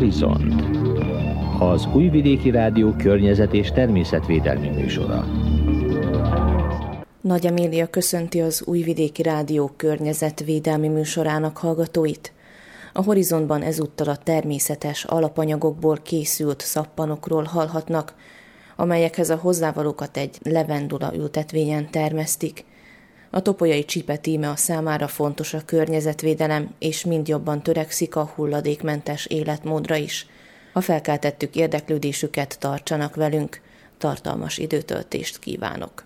Horizont, az Újvidéki Rádió környezet- és természetvédelmi műsora. Nagy Emília köszönti az Újvidéki Rádió környezetvédelmi műsorának hallgatóit. A Horizontban ezúttal a természetes alapanyagokból készült szappanokról hallhatnak, amelyekhez a hozzávalókat egy levendula ültetvényen termesztik. A Topolyai Csipe tíme számára fontos a környezetvédelem, és mind jobban törekszik a hulladékmentes életmódra is. Ha felkeltettük érdeklődésüket, tartsanak velünk, tartalmas időtöltést kívánok!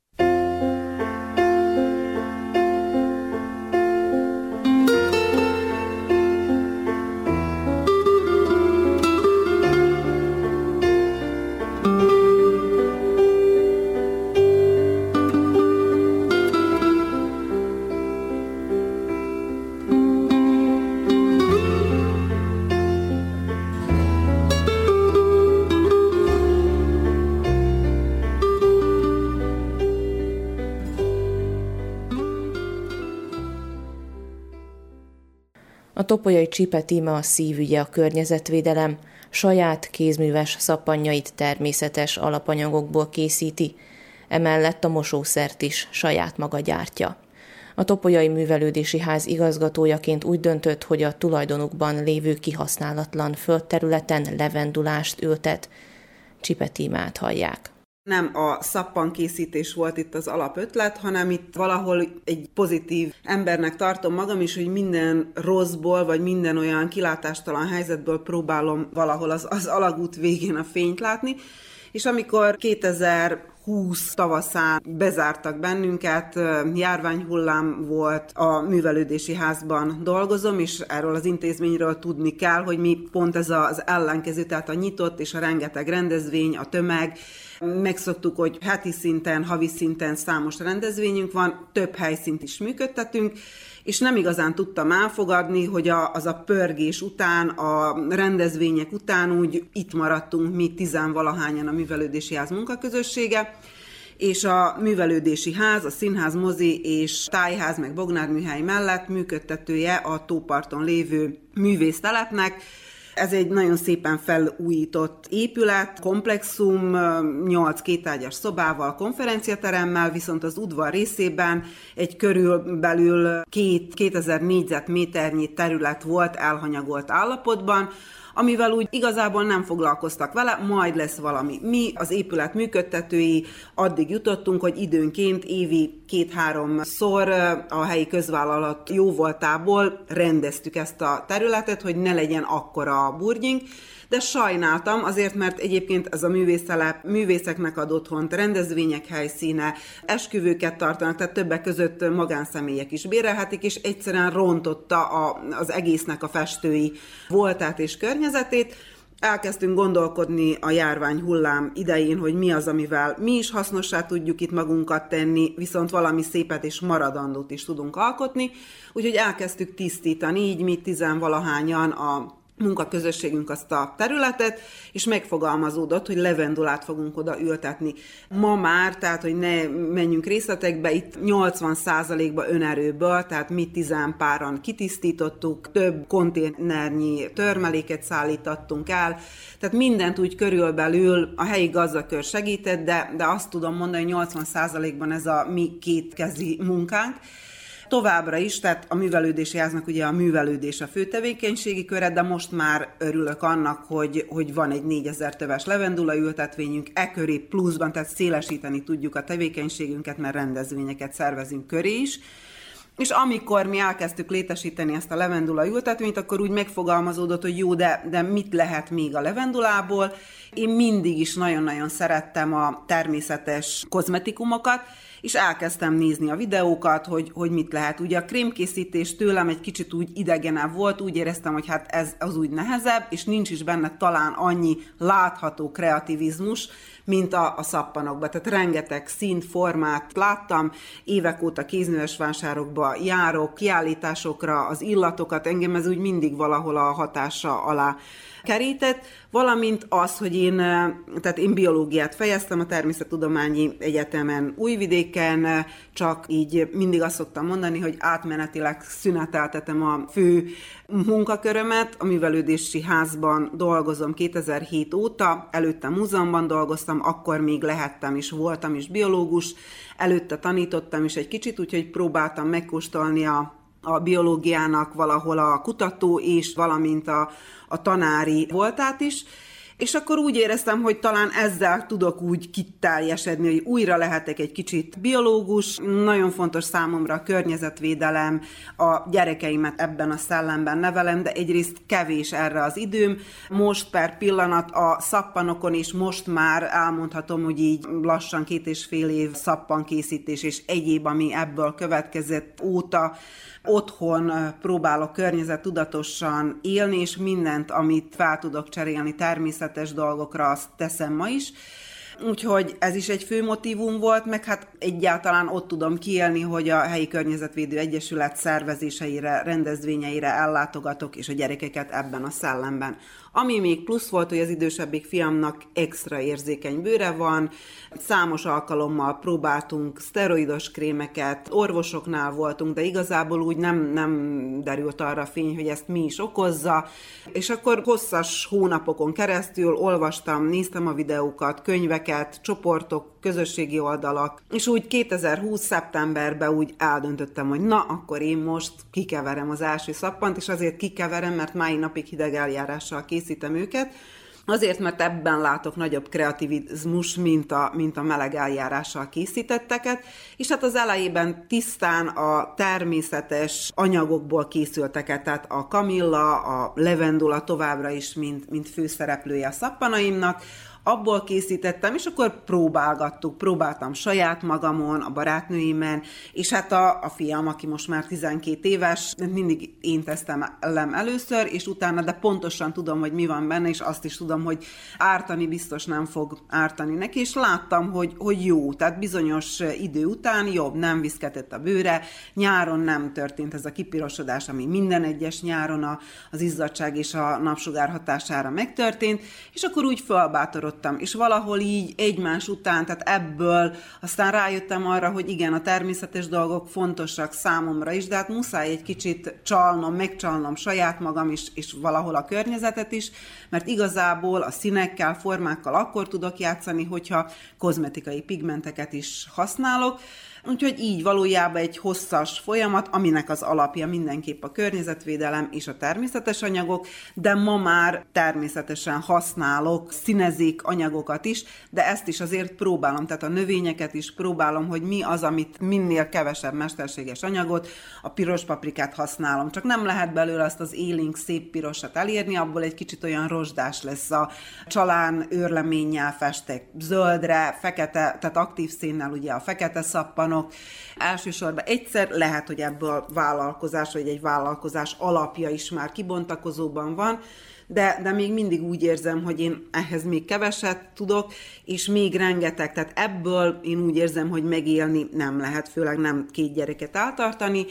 A Topolyai Csipe tíme a szívügye a környezetvédelem, saját kézműves szappanjait természetes alapanyagokból készíti, emellett a mosószert is saját maga gyártja. A Topolyai Művelődési Ház igazgatójaként úgy döntött, hogy a tulajdonukban lévő kihasználatlan földterületen levendulást ültet. Csipe tímát hallják. Nem a szappankészítés volt itt az alapötlet, hanem itt valahol egy pozitív embernek tartom magam is, hogy minden rosszból, vagy minden olyan kilátástalan helyzetből próbálom valahol az alagút végén a fényt látni. És amikor 2020 tavaszán bezártak bennünket, járványhullám volt, a Művelődési Házban dolgozom, és erről az intézményről tudni kell, hogy mi pont ez az ellenkező, tehát a nyitott és a rengeteg rendezvény, a tömeg. Megszoktuk, hogy heti szinten, havi szinten számos rendezvényünk van, több helyszínt is működtetünk, és nem igazán tudtam elfogadni, hogy az a pörgés után, a rendezvények után úgy itt maradtunk mi 10-valahányan a Művelődési Ház munkaközössége, és a Művelődési Ház, a színház, mozi és tájház, meg Bognárműhely mellett működtetője a tóparton lévő művésztelepnek. Ez egy nagyon szépen felújított épület, komplexum, 8 kétágyas szobával, konferenciateremmel, viszont az udvar részében egy körülbelül 2000 négyzetméternyi terület volt elhanyagolt állapotban, amivel úgy igazából nem foglalkoztak vele, majd lesz valami. Mi, az épület működtetői addig jutottunk, hogy időnként évi 2-3-szor a helyi közvállalat jóvoltából rendeztük ezt a területet, hogy ne legyen akkora a burgyink, de sajnáltam azért, mert egyébként ez a művésztelep művészeknek ad otthont, rendezvények helyszíne, esküvőket tartanak, tehát többek között magánszemélyek is bérelhetik, és egyszerűen rontotta az egésznek a festői voltát és környezetét. Elkezdtünk gondolkodni a járványhullám idején, hogy mi az, amivel mi is hasznossá tudjuk itt magunkat tenni, viszont valami szépet és maradandót is tudunk alkotni. Úgyhogy elkezdtük tisztítani, így mi 10-valahányan a munkaközösségünk azt a területet, és megfogalmazódott, hogy levendulát fogunk oda ültetni. Ma már, tehát hogy ne menjünk részletekbe, itt 80%-ba önerőből, tehát mi 10 páran kitisztítottuk, több konténernyi törmeléket szállítottunk el, tehát mindent úgy körülbelül a helyi gazdakör segített, de azt tudom mondani, hogy 80%-ban ez a mi kétkezi munkánk. Továbbra is, tehát a Művelődési Háznak ugye a művelődés a fő tevékenységi köre, de most már örülök annak, hogy van egy 4000 töves levendula ültetvényünk, köré pluszban, tehát szélesíteni tudjuk a tevékenységünket, mert rendezvényeket szervezünk köré is. És amikor mi elkezdtük létesíteni ezt a levendula ültetvényt, akkor úgy megfogalmazódott, hogy jó, de mit lehet még a levendulából. Én mindig is nagyon-nagyon szerettem a természetes kozmetikumokat, és elkezdtem nézni a videókat, hogy mit lehet. Ugye a krémkészítés tőlem egy kicsit úgy idegenebb volt, úgy éreztem, hogy hát ez az úgy nehezebb, és nincs is benne talán annyi látható kreativizmus, mint a szappanokban. Tehát rengeteg színt, formát láttam, évek óta kézműves vásárokba járok, kiállításokra, az illatokat, engem ez úgy mindig valahol a hatása alá kerített, valamint az, hogy én biológiát fejeztem a Természettudományi Egyetemen Újvidéken, csak így mindig azt szoktam mondani, hogy átmenetileg szüneteltetem a fő munkakörömet. A művelődési házban dolgozom 2007 óta, előtte múzeumban dolgoztam, akkor még lehettem és voltam is biológus, előtte tanítottam is egy kicsit, úgyhogy próbáltam megkóstolni a biológiának valahol a kutató és valamint a tanári voltát is, és akkor úgy éreztem, hogy talán ezzel tudok úgy kiteljesedni, hogy újra lehetek egy kicsit biológus. Nagyon fontos számomra a környezetvédelem, a gyerekeimet ebben a szellemben nevelem, de egyrészt kevés erre az időm. Most per pillanat a szappanokon is most már elmondhatom, hogy így lassan 2,5 év szappankészítés és egyéb, ami ebből következett óta otthon próbálok környezettudatosan élni, és mindent, amit fel tudok cserélni természetes dolgokra, azt teszem ma is. Úgyhogy ez is egy fő motívum volt, meg hát egyáltalán ott tudom kiélni, hogy a helyi környezetvédő egyesület szervezéseire, rendezvényeire ellátogatok, és a gyerekeket ebben a szellemben. Ami még plusz volt, hogy az idősebbik fiamnak extra érzékeny bőre van, számos alkalommal próbáltunk szteroidos krémeket, orvosoknál voltunk, de igazából úgy nem derült arra fény, hogy ezt mi is okozza, és akkor hosszas hónapokon keresztül olvastam, néztem a videókat, könyveket, csoportok, közösségi oldalak, és úgy 2020. szeptemberben úgy eldöntöttem, hogy na, akkor én most kikeverem az első szappant, és azért kikeverem, mert mai napig hideg eljárással készítem őket, azért, mert ebben látok nagyobb kreativizmus, mint a meleg eljárással készítetteket, és hát az elejében tisztán a természetes anyagokból készülteket, tehát a kamilla, a levendula továbbra is, mint főszereplője a szappanaimnak, abból készítettem, és akkor próbáltam saját magamon, a barátnőimen, és hát a fiam, aki most már 12 éves, mindig én tesztelem először, és utána, de pontosan tudom, hogy mi van benne, és azt is tudom, hogy ártani biztos nem fog ártani neki, és láttam, hogy jó, tehát bizonyos idő után jobb, nem viszketett a bőre, nyáron nem történt ez a kipirosodás, ami minden egyes nyáron az izzadság és a napsugár hatására megtörtént, és akkor úgy felbátorodtam, és valahol így egymás után, tehát ebből aztán rájöttem arra, hogy igen, a természetes dolgok fontosak számomra is, de hát muszáj egy kicsit megcsalnom saját magam is, és valahol a környezetet is, mert igazából a színekkel, formákkal akkor tudok játszani, hogyha kozmetikai pigmenteket is használok. Úgyhogy így valójában egy hosszas folyamat, aminek az alapja mindenképp a környezetvédelem és a természetes anyagok, de ma már természetesen használok színezék anyagokat is, de ezt is azért próbálom, tehát a növényeket is próbálom, hogy mi az, amit minél kevesebb mesterséges anyagot, a piros paprikát használom, csak nem lehet belőle azt az élénk szép pirosat elérni, abból egy kicsit olyan rozsdás lesz, a csalán őrleménnyel festek zöldre, fekete, tehát aktív színnel ugye a fekete szappan. Elsősorban egyszer lehet, hogy ebből vállalkozás, vagy egy vállalkozás alapja is már kibontakozóban van, de még mindig úgy érzem, hogy én ehhez még keveset tudok, és még rengeteg, tehát ebből én úgy érzem, hogy megélni nem lehet, főleg nem 2 gyereket eltartani,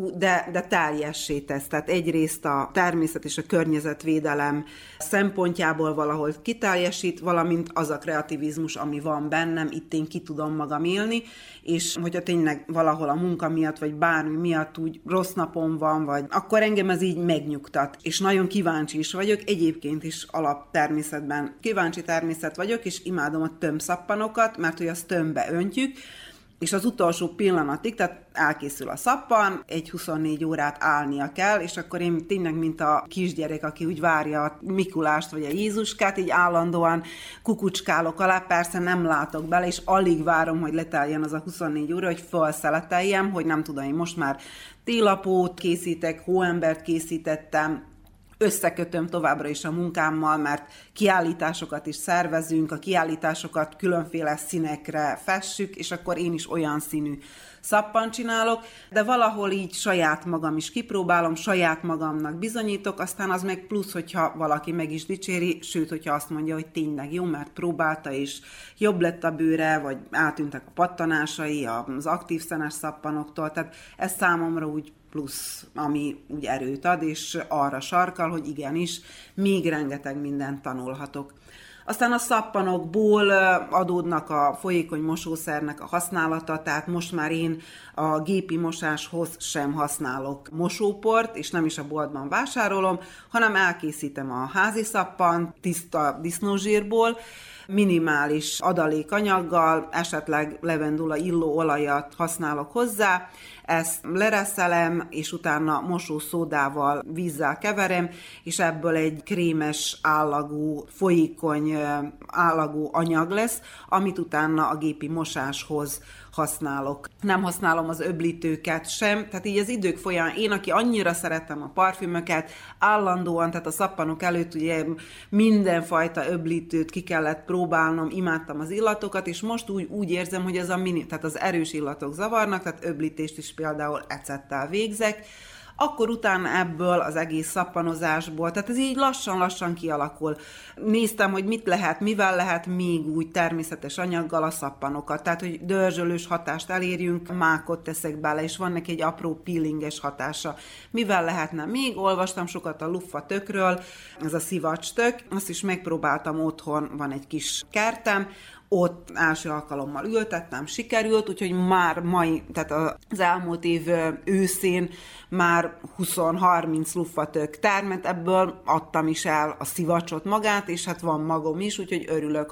de teljessé tesz. Tehát egyrészt a természet és a környezetvédelem szempontjából valahol kiteljesít, valamint az a kreativizmus, ami van bennem, itt én ki tudom magam élni, és hogyha tényleg valahol a munka miatt, vagy bármi miatt úgy rossz napom van, vagy akkor engem ez így megnyugtat, és nagyon kíváncsi is vagyok, egyébként is alaptermészetben kíváncsi természet vagyok, és imádom a tömbszappanokat, mert hogy azt tömbbe öntjük, és az utolsó pillanatig, tehát elkészül a szappan, egy 24 órát állnia kell, és akkor én tényleg, mint a kisgyerek, aki úgy várja a Mikulást vagy a Jézuskát, így állandóan kukucskálok alá, persze nem látok bele, és alig várom, hogy leteljen az a 24 óra, hogy felszeleteljem, hogy nem tudom, én most már télapót készítek, hóembert készítettem, összekötöm továbbra is a munkámmal, mert kiállításokat is szervezünk, a kiállításokat különféle színekre fessük, és akkor én is olyan színű szappan csinálok, de valahol így saját magam is kipróbálom, saját magamnak bizonyítok, aztán az meg plusz, hogyha valaki meg is dicséri, sőt, hogyha azt mondja, hogy tényleg jó, mert próbálta, és jobb lett a bőre, vagy eltűntek a pattanásai az aktív szenes szappanoktól, tehát ez számomra úgy plusz, ami úgy erőt ad, és arra sarkal, hogy igenis, még rengeteg mindent tanulhatok. Aztán a szappanokból adódnak a folyékony mosószernek a használata, tehát most már én a gépi mosáshoz sem használok mosóport, és nem is a boltban vásárolom, hanem elkészítem a házi szappant tiszta disznózsírból, minimális adalékanyaggal, esetleg levendula illóolajat használok hozzá, ezt lereszelem, és utána mosószódával, vízzel keverem, és ebből egy krémes állagú, folyékony állagú anyag lesz, amit utána a gépi mosáshoz használok. Nem használom az öblítőket sem, tehát így az idők folyamán én, aki annyira szeretem a parfümöket, állandóan, tehát a szappanok előtt ugye mindenfajta öblítőt ki kellett próbálnom, imádtam az illatokat, és most úgy érzem, hogy tehát az erős illatok zavarnak, tehát öblítést is például ecettel végzek, akkor utána ebből az egész szappanozásból, tehát ez így lassan-lassan kialakul. Néztem, hogy mit lehet, mivel lehet még úgy természetes anyaggal a szappanokat, tehát hogy dörzsölős hatást elérjünk, mákot teszek bele, és van neki egy apró peelinges hatása. Mivel lehetne még? Olvastam sokat a luffatökről, ez a szivacs-tök, azt is megpróbáltam otthon, van egy kis kertem, ott első alkalommal ültettem, sikerült, úgyhogy már tehát az elmúlt év őszén már 20-30 luffatök termet, ebből adtam is el a szivacsot magát, és hát van magom is, úgyhogy örülök.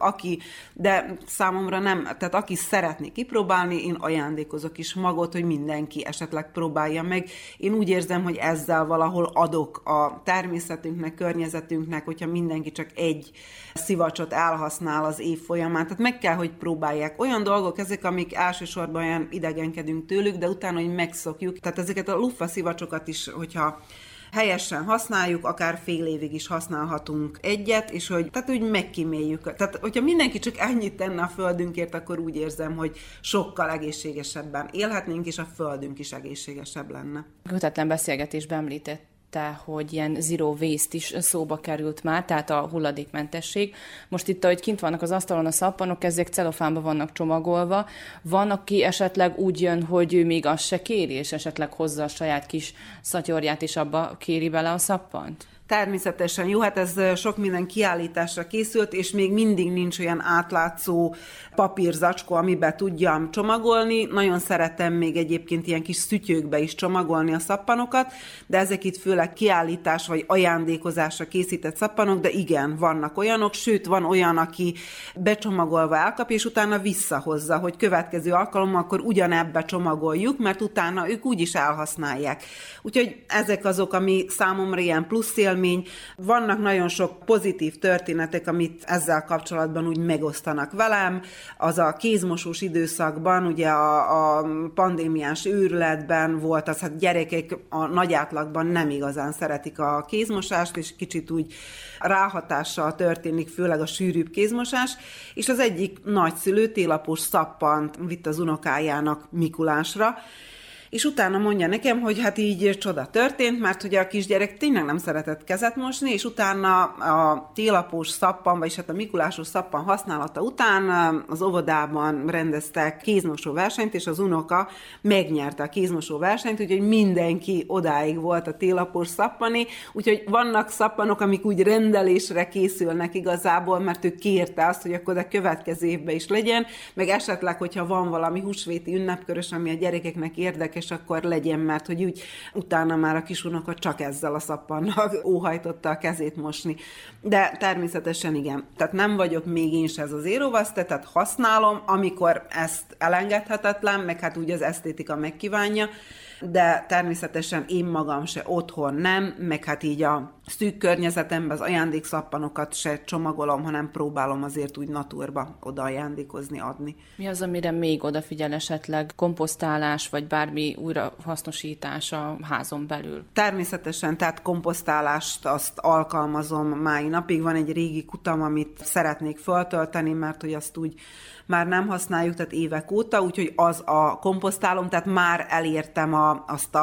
De számomra nem, tehát aki szeretné kipróbálni, én ajándékozok is magot, hogy mindenki esetleg próbálja meg. Én úgy érzem, hogy ezzel valahol adok a természetünknek, környezetünknek, hogyha mindenki csak egy szivacsot elhasznál az év folyamán. Tehát meg kell, hogy próbálják. Olyan dolgok ezek, amik elsősorban olyan idegenkedünk tőlük, de utána, hogy megszokjuk. Tehát ezeket a luffa szivacsokat is, hogyha helyesen használjuk, akár fél évig is használhatunk egyet, és tehát úgy megkíméljük. Tehát, hogyha mindenki csak ennyit tenne a földünkért, akkor úgy érzem, hogy sokkal egészségesebben élhetnénk, és a földünk is egészségesebb lenne. Kötetlen beszélgetésben említett, hogy ilyen zero waste is szóba került már, tehát a hulladékmentesség. Most itt, ahogy kint vannak az asztalon a szappanok, ezek celofánba vannak csomagolva. Van, aki esetleg úgy jön, hogy ő még azt se kéri, és esetleg hozza a saját kis szatyorját, és abba kéri bele a szappant? Természetesen jó, hát ez sok minden kiállításra készült, és még mindig nincs olyan átlátszó papírzacskó, amiben tudjam csomagolni. Nagyon szeretem még egyébként ilyen kis szütyőkbe is csomagolni a szappanokat, de ezek itt főleg kiállítás vagy ajándékozásra készített szappanok, de igen, vannak olyanok, sőt, van olyan, aki becsomagolva elkap, és utána visszahozza, hogy következő alkalommal akkor ugyanebbe csomagoljuk, mert utána ők úgyis elhasználják. Úgyhogy ezek azok, ami számomra ilyen plusz élmény. Vannak nagyon sok pozitív történetek, amit ezzel kapcsolatban úgy megosztanak velem. Az a kézmosós időszakban, ugye a pandémiás őrületben volt az, hát gyerekek a nagy átlagban nem igazán szeretik a kézmosást, és kicsit úgy ráhatással történik, főleg a sűrűbb kézmosás, és az egyik nagyszülő télapos szappant vitt az unokájának Mikulásra, és utána mondja nekem, hogy hát így csoda történt, mert ugye a kisgyerek tényleg nem szeretett kezet mosni, és utána a télapós szappan, vagyis hát a mikulásos szappan használata után az óvodában rendeztek kézmosó versenyt, és az unoka megnyerte a kézmosó versenyt, úgyhogy mindenki odáig volt a télapós szappani, úgyhogy vannak szappanok, amik úgy rendelésre készülnek igazából, mert ő kérte azt, hogy akkor a következő évben is legyen, meg esetleg, hogyha van valami húsvéti ünnepkörös, ami a gyerekeknek érdekes, és akkor legyen, mert hogy úgy utána már a kisunoka csak ezzel a szappannal óhajtotta a kezét mosni. De természetesen igen. Tehát nem vagyok még én se ez az zero waste, tehát használom, amikor ezt elengedhetetlen, meg hát úgy az esztétika megkívánja, de természetesen én magam se otthon nem, meg hát így a szűk környezetemben az ajándékszappanokat se csomagolom, hanem próbálom azért úgy naturba oda ajándékozni, adni. Mi az, amire még odafigyel esetleg? Komposztálás, vagy bármi újrahasznosítás a házon belül? Természetesen, tehát komposztálást azt alkalmazom mai napig. Van egy régi kutam, amit szeretnék föltölteni, mert hogy azt úgy már nem használjuk, tehát évek óta, úgyhogy az a komposztálom, tehát már elértem azt a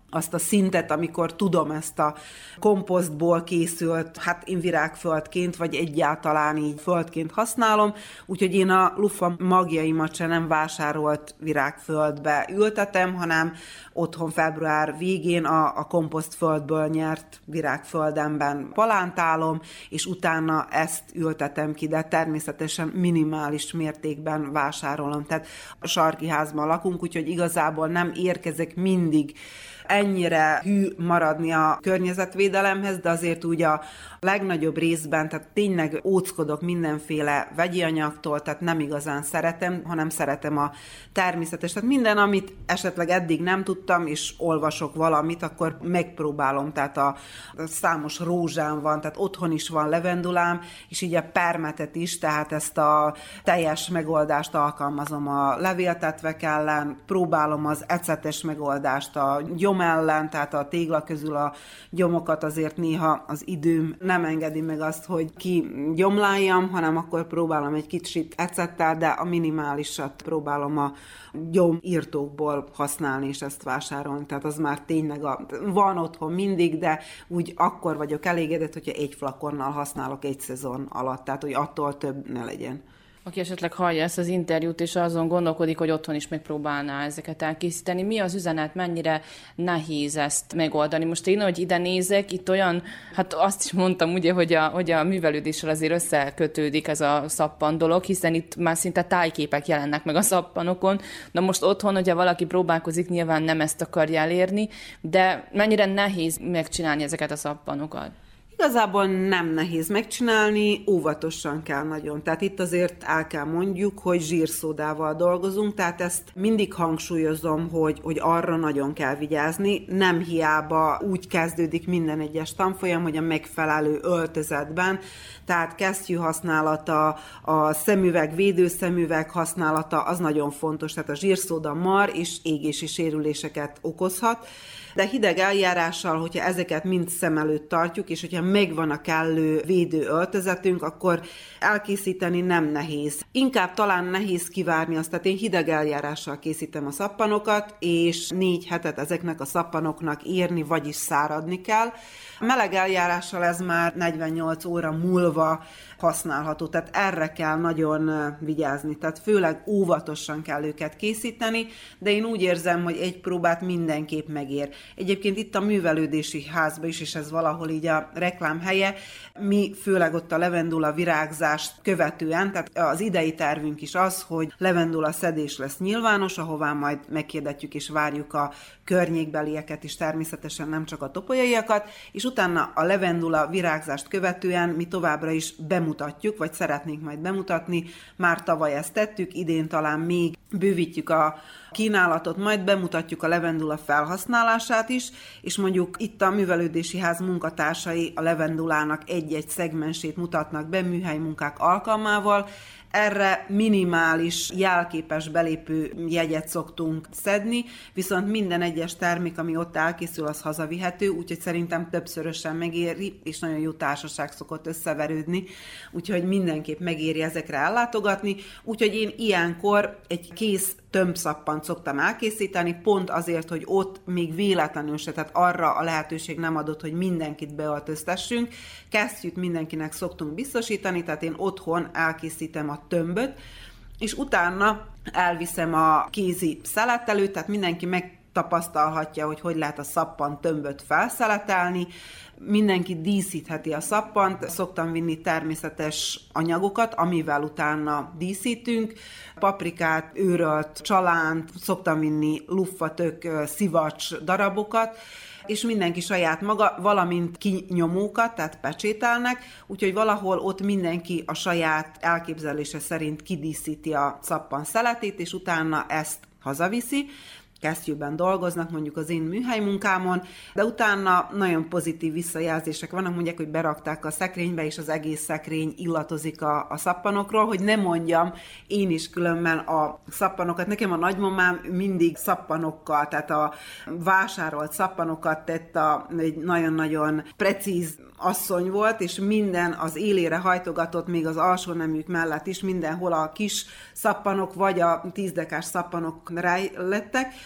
azt a szintet, amikor tudom ezt a komposztból készült, hát én virágföldként, vagy egyáltalán így földként használom, úgyhogy én a lufa magjaimat se nem vásárolt virágföldbe ültetem, hanem otthon február végén a komposztföldből nyert virágföldemben palántálom, és utána ezt ültetem ki, de természetesen minimális mértékben vásárolom. Tehát a sarki házban lakunk, úgyhogy igazából nem érkezek mindig ennyire hű maradni a környezetvédelemhez, de azért úgy a legnagyobb részben, tehát tényleg óckodok mindenféle vegyi anyagtól, tehát nem igazán szeretem, hanem szeretem a természetes. Tehát minden, amit esetleg eddig nem tudtam, és olvasok valamit, akkor megpróbálom. Tehát a számos rózsám van, tehát otthon is van levendulám, és így a permetet is, tehát ezt a teljes megoldást alkalmazom a levéltetvek ellen, próbálom az ecetes megoldást a gyom ellen, tehát a tégla közül a gyomokat azért néha az időm nem engedi meg azt, hogy kigyomláljam, hanem akkor próbálom egy kicsit ecettel, de a minimálisat próbálom a gyomírtókból használni, és ezt vásárolni. Tehát az már tényleg van otthon mindig, de úgy akkor vagyok elégedett, hogyha egy flakonnal használok egy szezon alatt, tehát hogy attól több ne legyen. Aki esetleg hallja ezt az interjút, és azon gondolkodik, hogy otthon is megpróbálná ezeket elkészíteni. Mi az üzenet, mennyire nehéz ezt megoldani? Most én, hogy ide nézek, itt olyan, hát azt is mondtam ugye, hogy a művelődéssel azért összekötődik ez a szappan dolog, hiszen itt már szinte tájképek jelennek meg a szappanokon. Na most otthon, hogyha valaki próbálkozik, nyilván nem ezt akarja elérni, de mennyire nehéz megcsinálni ezeket a szappanokat? Igazából nem nehéz megcsinálni, óvatosan kell nagyon. Tehát itt azért el kell mondjuk, hogy zsírszódával dolgozunk, tehát ezt mindig hangsúlyozom, hogy arra nagyon kell vigyázni. Nem hiába úgy kezdődik minden egyes tanfolyam, hogy a megfelelő öltözetben, tehát kesztyű használata, a szemüveg, védőszemüveg használata, az nagyon fontos. Tehát a zsírszóda mar és égési sérüléseket okozhat. De hideg eljárással, hogyha ezeket mind szem előtt tartjuk, és hogyha megvan a kellő védő öltözetünk, akkor elkészíteni nem nehéz. Inkább talán nehéz kivárni azt, tehát én hideg eljárással készítem a szappanokat, és 4 hetet ezeknek a szappanoknak érni, vagyis száradni kell. A meleg eljárással ez már 48 óra múlva használható, tehát erre kell nagyon vigyázni, tehát főleg óvatosan kell őket készíteni, de én úgy érzem, hogy egy próbát mindenképp megér. Egyébként itt a művelődési házban is, és ez valahol így a reklám helye, mi főleg ott a levendula virágzást követően, tehát az idei tervünk is az, hogy levendula szedés lesz nyilvános, ahová majd meghirdetjük és várjuk a környékbelieket is, természetesen nem csak a topolyaiakat, és utána a levendula virágzást követően mi továbbra is bemutatjuk, vagy szeretnénk majd bemutatni, már tavaly ezt tettük, idén talán még bővítjük a kínálatot, majd bemutatjuk a levendula felhasználását is, és mondjuk itt a művelődési ház munkatársai a levendulának egy-egy szegmensét mutatnak be műhelymunkák alkalmával. Erre minimális jelképes belépő jegyet szoktunk szedni, viszont minden egyes termék, ami ott elkészül, az hazavihető, úgyhogy szerintem többszörösen megéri, és nagyon jó társaság szokott összeverődni, úgyhogy mindenképp megéri ezekre ellátogatni, úgyhogy én ilyenkor egy kész tömbszappant szoktam elkészíteni, pont azért, hogy ott még véletlenül se, tehát arra a lehetőség nem adott, hogy mindenkit beöltöztessünk. Kesztyűt mindenkinek szoktunk biztosítani, tehát én otthon elkészítem a tömböt, és utána elviszem a kézi szeletelőt, tehát mindenki megtapasztalhatja, hogy lehet a szappan tömböt felszeletelni, mindenki díszítheti a szappant, szoktam vinni természetes anyagokat, amivel utána díszítünk, paprikát, őrölt csalánt, szoktam vinni luffatök, szivacs darabokat, és mindenki saját maga, valamint kinyomókat, tehát pecsételnek, úgyhogy valahol ott mindenki a saját elképzelése szerint kidíszíti a szappan szeletét, és utána ezt hazaviszi. Kesztyűben dolgoznak, mondjuk az én műhelymunkámon, de utána nagyon pozitív visszajelzések vannak, mondják, hogy berakták a szekrénybe, és az egész szekrény illatozik a szappanokról, hogy ne mondjam, én is különben a szappanokat, nekem a nagymamám mindig szappanokkal, tehát a vásárolt szappanokat tett, egy nagyon-nagyon precíz asszony volt, és minden az élére hajtogatott, még az alsó neműk mellett is, mindenhol a kis szappanok, vagy a 10 dekás szappanok lettek,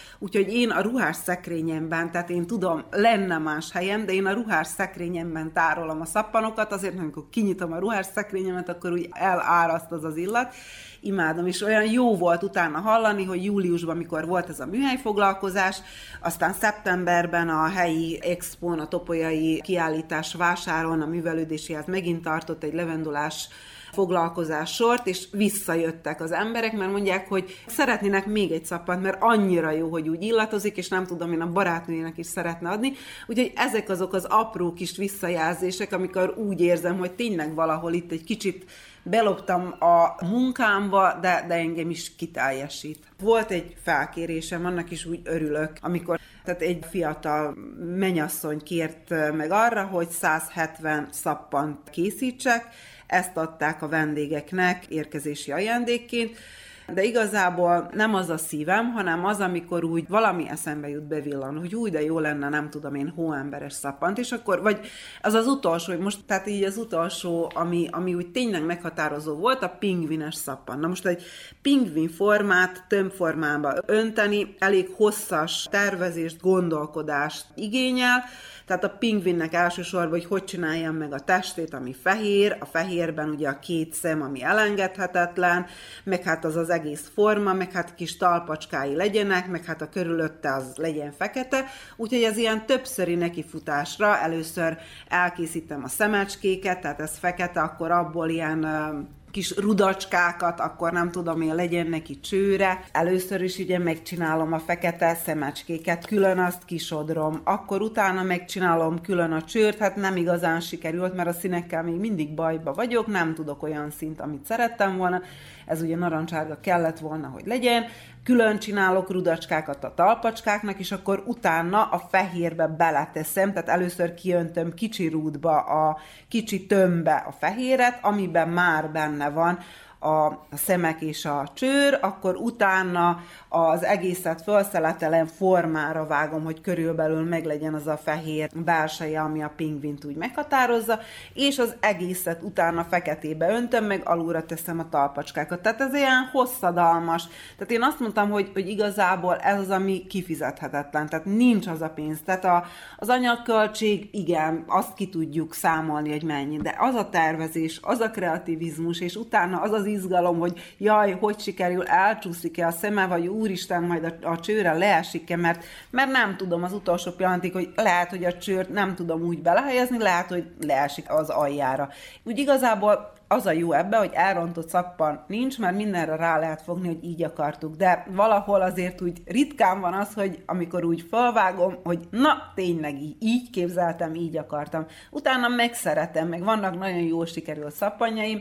úgyhogy én a ruhás szekrényemben, tehát én tudom, lenne más helyem, de én a ruhás szekrényemben tárolom a szappanokat, azért, amikor kinyitom a ruhás szekrényemet, akkor úgy eláraszt az illat. Imádom, és olyan jó volt utána hallani, hogy júliusban, mikor volt ez a műhelyfoglalkozás, aztán szeptemberben a helyi expón, a topolyai kiállítás vásáron a művelődésihez megint tartott egy levendulás foglalkozás sort, és visszajöttek az emberek, mert mondják, hogy szeretnének még egy szappant, mert annyira jó, hogy úgy illatozik, és nem tudom, én a barátnőjének is szeretne adni. Úgyhogy ezek azok az apró kis visszajelzések, amikor úgy érzem, hogy tényleg valahol itt egy kicsit beloptam a munkámba, de engem is kiteljesít. Volt egy felkérésem, annak is úgy örülök, amikor tehát egy fiatal mennyasszony kért meg arra, hogy 170 szappant készítsek, ezt adták a vendégeknek érkezési ajándékként, de igazából nem az a szívem, hanem az, amikor úgy valami eszembe jut, bevillan, hogy úgy, de jó lenne, nem tudom én, hóemberes szappant, és akkor, vagy az utolsó, hogy most, tehát így az utolsó, ami úgy tényleg meghatározó volt, a pingvines szappan. Na most egy pingvin formát tömbformába önteni elég hosszas tervezést, gondolkodást igényel, tehát a pingvinnek elsősorban, hogy csináljam meg a testét, ami fehér, a fehérben ugye a két szem, ami elengedhetetlen, meg hát az egész forma, meg hát kis talpacskái legyenek, meg hát a körülötte az legyen fekete, úgyhogy ez ilyen többszöri nekifutásra először elkészítem a szemecskéket, tehát ez fekete, akkor abból ilyen kis rudacskákat, akkor nem tudom én, legyen neki csőre. Először is ugye megcsinálom a fekete szemecskéket, külön azt kisodrom, akkor utána megcsinálom külön a csőrt, hát nem igazán sikerült, mert a színekkel még mindig bajba vagyok, nem tudok olyan színt, amit szerettem volna, ez ugye narancsárga kellett volna, hogy legyen, külön csinálok rudacskákat a talpacskáknak, és akkor utána a fehérbe beleteszem, tehát először kiöntöm kicsi rúdba, a kicsi tömbbe a fehéret, amiben már benne van a szemek és a csőr, akkor utána az egészet felszeletelem, formára vágom, hogy körülbelül meglegyen az a fehér belseje, ami a pingvint úgy meghatározza, és az egészet utána feketébe öntöm, meg alulra teszem a talpacskákat. Tehát ez ilyen hosszadalmas. Tehát én azt mondtam, hogy igazából ez az, ami kifizethetetlen. Tehát nincs az a pénz. Tehát az anyagköltség, igen, azt ki tudjuk számolni, hogy mennyi, de az a tervezés, az a kreativizmus, és utána az az izgalom, hogy jaj, hogy sikerül, elcsúszik-e a szeme, vagy úristen, majd a csőre leesik-e, mert nem tudom az utolsó pillanatig, hogy lehet, hogy a csőrt nem tudom úgy belehelyezni, lehet, hogy leesik az aljára. Úgy igazából az a jó ebbe, hogy elrontott szappan nincs, mert mindenre rá lehet fogni, hogy így akartuk, de valahol azért úgy ritkán van az, hogy amikor úgy felvágom, hogy na, tényleg így képzeltem, így akartam. Utána megszeretem, meg vannak nagyon jól sikerült szappanjaim,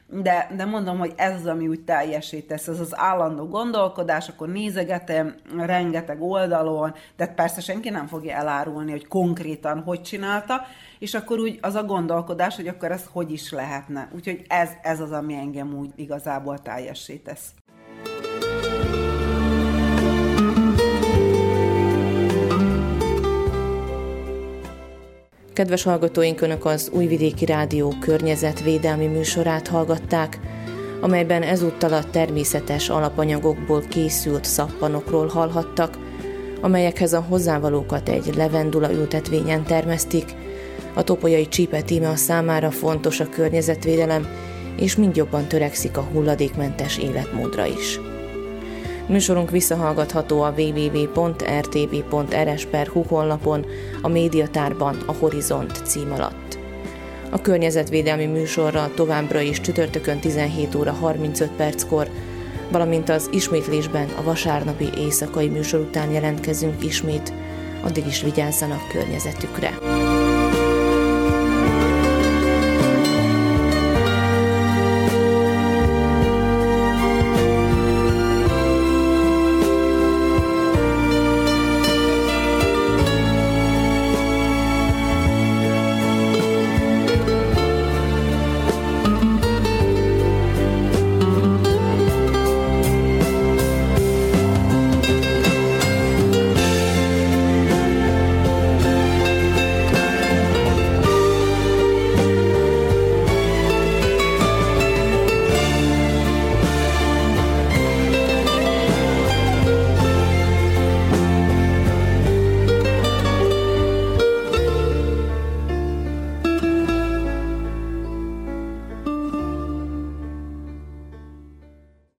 de mondom, hogy ez az, ami úgy teljesé tesz, ez az állandó gondolkodás, akkor nézegetem rengeteg oldalon, de persze senki nem fogja elárulni, hogy konkrétan hogy csinálta, és akkor úgy az a gondolkodás, hogy akkor ez hogy is lehetne. Úgyhogy ez az, ami engem úgy igazából teljessé tesz. Kedves hallgatóink, Önök az Újvidéki Rádió környezetvédelmi műsorát hallgatták, amelyben ezúttal a természetes alapanyagokból készült szappanokról hallhattak, amelyekhez a hozzávalókat egy levendula ültetvényen termesztik. A topolyai Csípet íme számára fontos a környezetvédelem, és mind jobban törekszik a hulladékmentes életmódra is. Műsorunk visszahallgatható a www.rtv.rs.hu honlapon, a médiatárban a Horizont cím alatt. A környezetvédelmi műsorral továbbra is csütörtökön 17 óra 35 perckor, valamint az ismétlésben a vasárnapi éjszakai műsor után jelentkezünk ismét. Addig is vigyázzanak környezetükre!